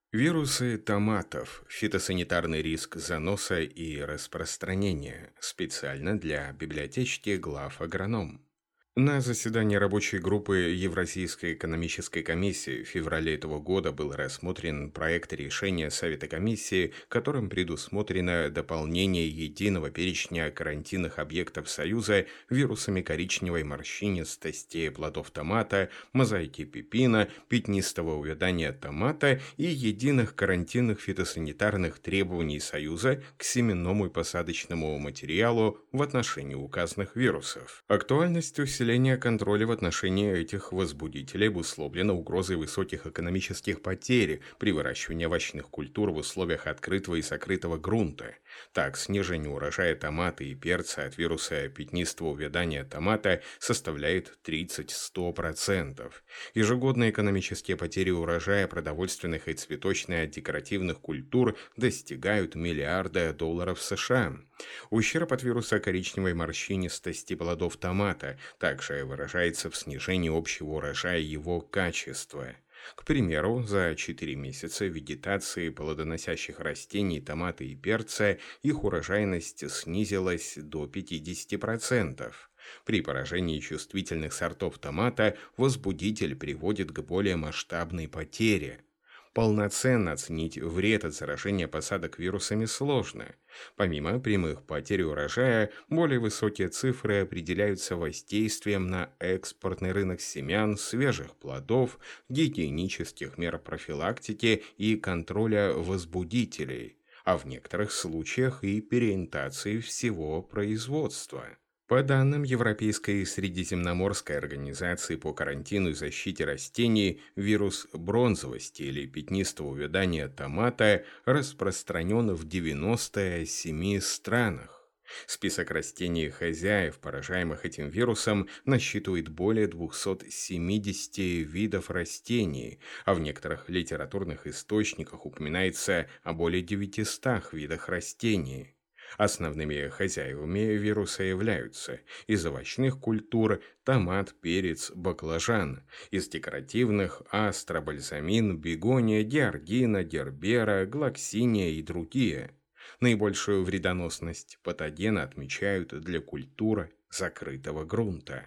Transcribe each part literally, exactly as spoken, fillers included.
Вирусы томатов. Фитосанитарный риск заноса и распространения. Специально для библиотечки глав агроном. На заседании рабочей группы Евразийской экономической комиссии в феврале этого года был рассмотрен проект решения Совета комиссии, которым предусмотрено дополнение единого перечня карантинных объектов Союза вирусами коричневой морщинистости плодов томата, мозаики пепина, пятнистого увядания томата и единых карантинных фитосанитарных требований Союза к семенному и посадочному материалу в отношении указанных вирусов. Актуальность усиления контроля в отношении этих возбудителей обусловлена угрозой высоких экономических потерь при выращивании овощных культур в условиях открытого и сокрытого грунта. Так, снижение урожая томата и перца от вируса пятнистого увядания томата составляет тридцать-сто процентов. Ежегодные экономические потери урожая продовольственных и цветочно-декоративных культур достигают миллиарда долларов США. Ущерб от вируса коричневой морщинистости плодов томата также выражается в снижении общего урожая и его качества. К примеру, за четыре месяца вегетации плодоносящих растений томата и перца их урожайность снизилась до пятидесяти процентов. При поражении чувствительных сортов томата возбудитель приводит к более масштабной потере. Полноценно оценить вред от заражения посадок вирусами сложно. Помимо прямых потерь урожая, более высокие цифры определяются воздействием на экспортный рынок семян, свежих плодов, гигиенических мер профилактики и контроля возбудителей, а в некоторых случаях и переориентации всего производства. По данным Европейской Средиземноморской организации по карантину и защите растений, вирус бронзовости или пятнистого увядания томата распространен в девяноста семи странах. Список растений-хозяев, поражаемых этим вирусом, насчитывает более двухсот семидесяти видов растений, а в некоторых литературных источниках упоминается о более девятистах видах растений. Основными хозяевами вируса являются из овощных культур томат, перец, баклажан, из декоративных астра, бальзамин, бегония, георгина, гербера, глоксиния и другие. Наибольшую вредоносность патогена отмечают для культур закрытого грунта.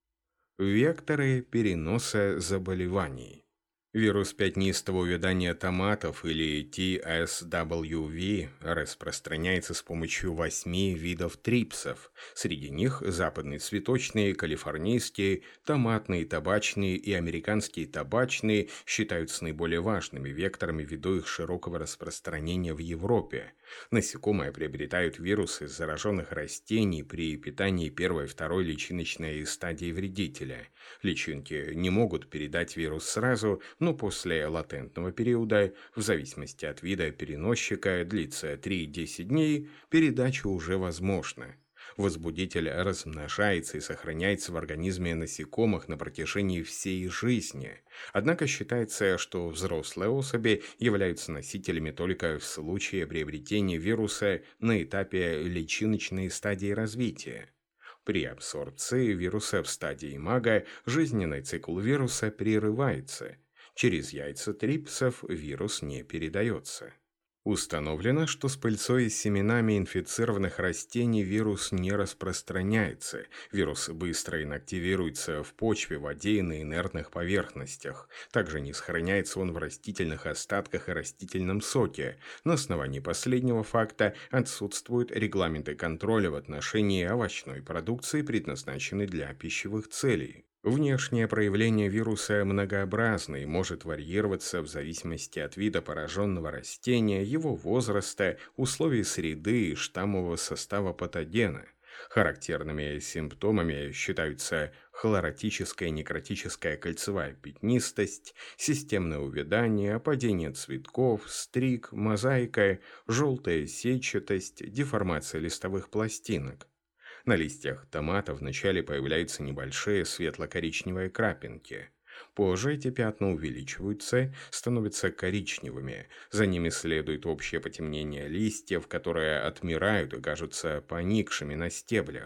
Векторы переноса заболеваний. Вирус пятнистого увядания томатов или ти эс дабл ю ви распространяется с помощью восьми видов трипсов. Среди них западный цветочный, калифорнийский, томатный, табачный и американский табачный считаются наиболее важными векторами ввиду их широкого распространения в Европе. Насекомые приобретают вирусы зараженных растений при питании первой и второй личиночной стадии вредителя. Личинки не могут передать вирус сразу, но после латентного периода, в зависимости от вида переносчика, длится три-десять дней, передача уже возможна. Возбудитель размножается и сохраняется в организме насекомых на протяжении всей жизни. Однако считается, что взрослые особи являются носителями только в случае приобретения вируса на этапе личиночной стадии развития. При абсорбции вируса в стадии имага жизненный цикл вируса прерывается. Через яйца трипсов вирус не передается. Установлено, что с пыльцой и семенами инфицированных растений вирус не распространяется. Вирус быстро инактивируется в почве, воде и на инертных поверхностях. Также не сохраняется он в растительных остатках и растительном соке. На основании последнего факта отсутствуют регламенты контроля в отношении овощной продукции, предназначенной для пищевых целей. Внешнее проявление вируса многообразно и может варьироваться в зависимости от вида пораженного растения, его возраста, условий среды и штаммового состава патогена. Характерными симптомами считаются хлоротическая некротическая кольцевая пятнистость, системное увядание, опадение цветков, стриг, мозаика, желтая сетчатость, деформация листовых пластинок. На листьях томата вначале появляются небольшие светло-коричневые крапинки. Позже эти пятна увеличиваются, становятся коричневыми. За ними следует общее потемнение листьев, которые отмирают и кажутся поникшими на стеблях.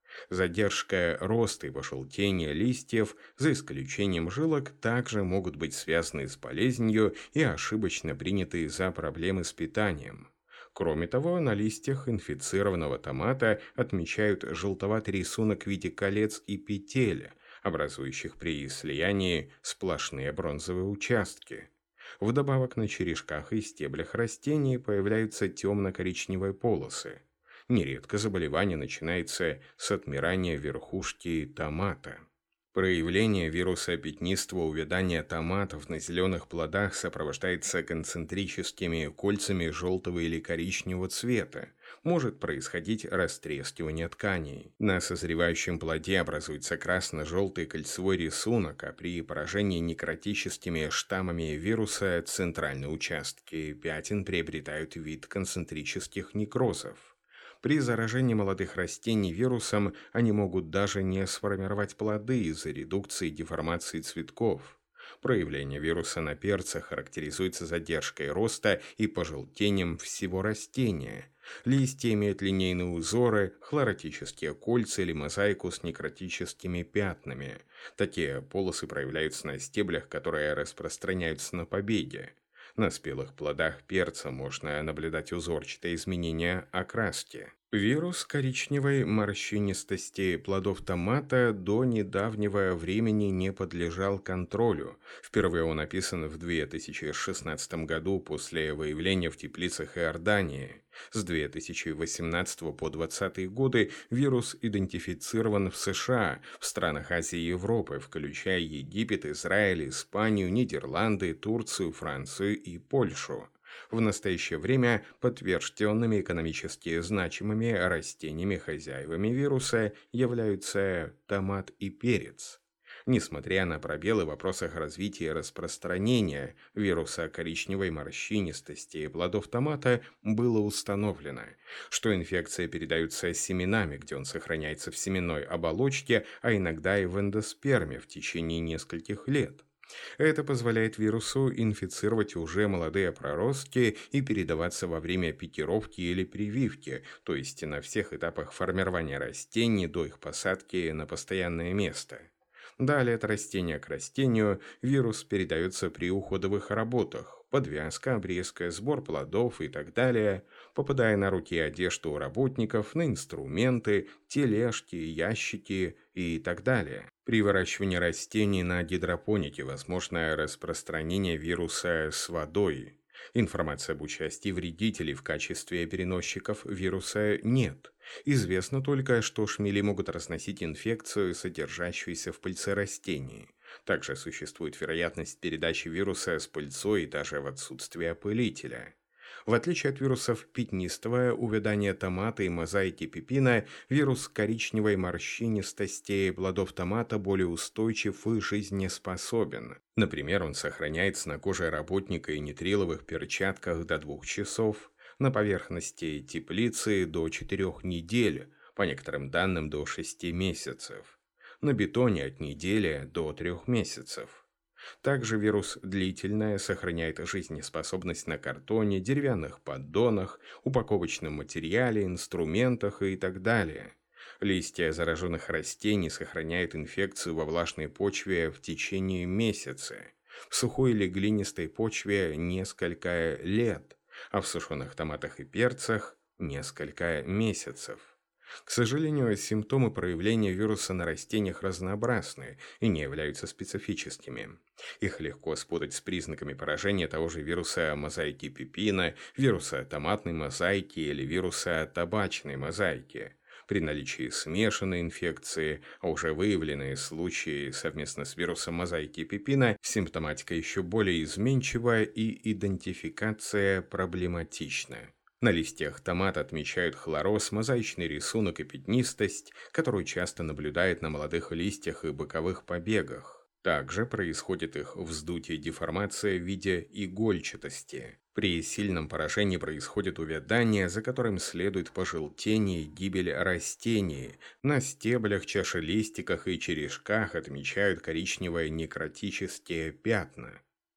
Задержка роста и пожелтения листьев, за исключением жилок, также могут быть связаны с болезнью и ошибочно приняты за проблемы с питанием. Кроме того, на листьях инфицированного томата отмечают желтоватый рисунок в виде колец и петель, образующих при слиянии сплошные бронзовые участки. Вдобавок на черешках и стеблях растений появляются темно-коричневые полосы. Нередко заболевание начинается с отмирания верхушки томата. Проявление вируса пятнистого увядания томатов на зеленых плодах сопровождается концентрическими кольцами желтого или коричневого цвета. Может происходить растрескивание тканей. На созревающем плоде образуется красно-желтый кольцевой рисунок, а при поражении некротическими штаммами вируса центральные участки пятен приобретают вид концентрических некрозов. При заражении молодых растений вирусом они могут даже не сформировать плоды из-за редукции и деформации цветков. Проявление вируса на перцах характеризуется задержкой роста и пожелтением всего растения. Листья имеют линейные узоры, хлоротические кольца или мозаику с некротическими пятнами. Такие полосы проявляются на стеблях, которые распространяются на побеге. На спелых плодах перца можно наблюдать узорчатые изменения окраски. Вирус коричневой морщинистости плодов томата до недавнего времени не подлежал контролю. Впервые он описан в две тысячи шестнадцатом году после выявления в теплицах Иордании. С две тысячи восемнадцатого по двадцатые годы вирус идентифицирован в США, в странах Азии и Европы, включая Египет, Израиль, Испанию, Нидерланды, Турцию, Францию и Польшу. В настоящее время подтвержденными экономически значимыми растениями-хозяевами вируса являются томат и перец. Несмотря на пробелы в вопросах развития и распространения вируса коричневой морщинистости плодов томата, было установлено, что инфекция передается семенами, где он сохраняется в семенной оболочке, а иногда и в эндосперме в течение нескольких лет. Это позволяет вирусу инфицировать уже молодые проростки и передаваться во время пикировки или прививки, то есть на всех этапах формирования растений до их посадки на постоянное место. Далее от растения к растению вирус передается при уходовых работах, подвязка, обрезка, сбор плодов и так далее, попадая на руки и одежду работников, на инструменты, тележки, ящики и так далее. При выращивании растений на гидропонике возможно распространение вируса с водой. Информации об участии вредителей в качестве переносчиков вируса нет. Известно только, что шмели могут разносить инфекцию, содержащуюся в пыльце растений. Также существует вероятность передачи вируса с пыльцой даже в отсутствие опылителя. В отличие от вирусов пятнистого увядания томата и мозаики пепина, вирус коричневой морщинистости плодов томата более устойчив и жизнеспособен. Например, он сохраняется на коже работника и нитриловых перчатках до двух часов, на поверхности теплицы до четырех недель, по некоторым данным до шести месяцев, на бетоне от недели до трех месяцев. Также вирус длительное сохраняет жизнеспособность на картоне, деревянных поддонах, упаковочном материале, инструментах и так далее. Листья зараженных растений сохраняют инфекцию во влажной почве в течение месяца, в сухой или глинистой почве несколько лет, а в сушеных томатах и перцах несколько месяцев. К сожалению, симптомы проявления вируса на растениях разнообразны и не являются специфическими. Их легко спутать с признаками поражения того же вируса мозаики пепина, вируса томатной мозаики или вируса табачной мозаики. При наличии смешанной инфекции, а уже выявленные случаи совместно с вирусом мозаики пепина, симптоматика еще более изменчива и идентификация проблематична. На листьях томата отмечают хлороз, мозаичный рисунок и пятнистость, которую часто наблюдают на молодых листьях и боковых побегах. Также происходит их вздутие и деформация в виде игольчатости. При сильном поражении происходит увядание, за которым следует пожелтение и гибель растений. На стеблях, чашелистиках и черешках отмечают коричневые некротические пятна.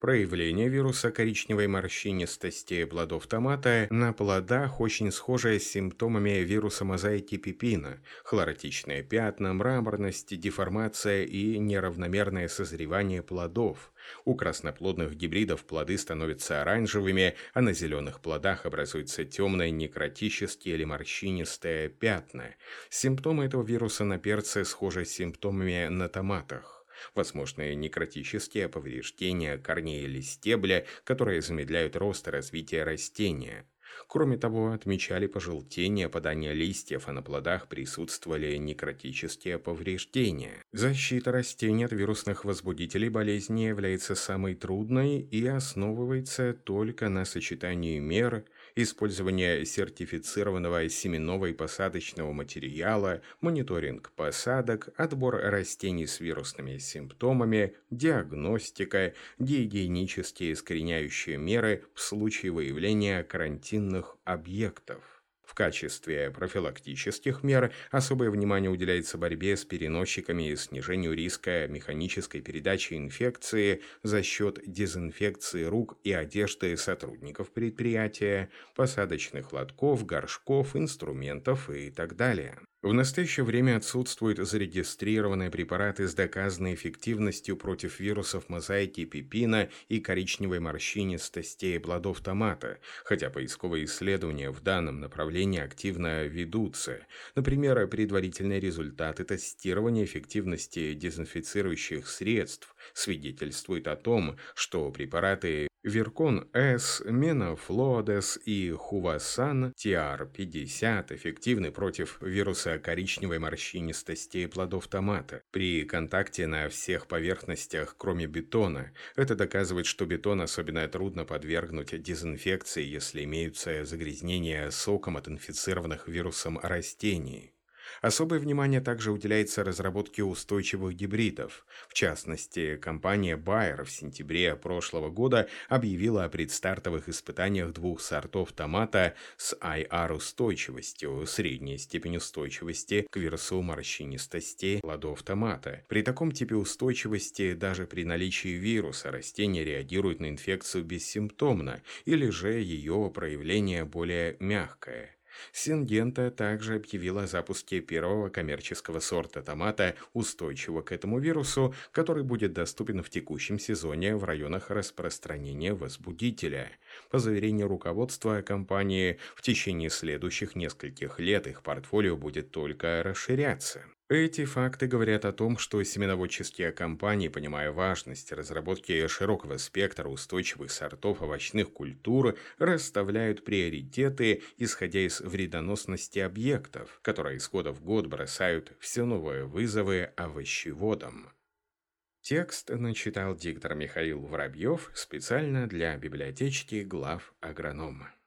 Проявление вируса коричневой морщинистости плодов томата на плодах очень схоже с симптомами вируса мозаики пепина: хлоротичные пятна, мраморность, деформация и неравномерное созревание плодов. У красноплодных гибридов плоды становятся оранжевыми, а на зеленых плодах образуются темные некротические или морщинистые пятна. Симптомы этого вируса на перце схожи с симптомами на томатах. Возможны некротические повреждения корней или стебля, которые замедляют рост и развитие растения. Кроме того, отмечали пожелтение, опадание листьев, а на плодах присутствовали некротические повреждения. Защита растений от вирусных возбудителей болезни является самой трудной и основывается только на сочетании мер: использование сертифицированного семенного и посадочного материала, мониторинг посадок, отбор растений с вирусными симптомами, диагностика, гигиенические искореняющие меры в случае выявления карантинных объектов. В качестве профилактических мер особое внимание уделяется борьбе с переносчиками и снижению риска механической передачи инфекции за счет дезинфекции рук и одежды сотрудников предприятия, посадочных лотков, горшков, инструментов и так далее. В настоящее время отсутствуют зарегистрированные препараты с доказанной эффективностью против вирусов мозаики пепина и коричневой морщинистости плодов томата, хотя поисковые исследования в данном направлении активно ведутся. Например, предварительные результаты тестирования эффективности дезинфицирующих средств свидетельствуют о том, что препараты Virkon-S, Menaflodes и Хувасан Ти Ар пятьдесят эффективны против вируса коричневой морщинистости плодов томата при контакте на всех поверхностях, кроме бетона. Это доказывает, что бетон особенно трудно подвергнуть дезинфекции, если имеются загрязнения соком от инфицированных вирусом растений. Особое внимание также уделяется разработке устойчивых гибридов. В частности, компания Bayer в сентябре прошлого года объявила о предстартовых испытаниях двух сортов томата с ай ар-устойчивостью, средней степень устойчивости к вирусу морщинистости плодов томата. При таком типе устойчивости даже при наличии вируса растение реагирует на инфекцию бессимптомно, или же ее проявление более мягкое. Сингента также объявила о запуске первого коммерческого сорта томата, устойчивого к этому вирусу, который будет доступен в текущем сезоне в районах распространения возбудителя. По заверению руководства компании, в течение следующих нескольких лет их портфолио будет только расширяться. Эти факты говорят о том, что семеноводческие компании, понимая важность разработки широкого спектра устойчивых сортов овощных культур, расставляют приоритеты, исходя из вредоносности объектов, которые из года в год бросают все новые вызовы овощеводам. Текст начитал диктор Михаил Воробьев специально для библиотечки глав агронома.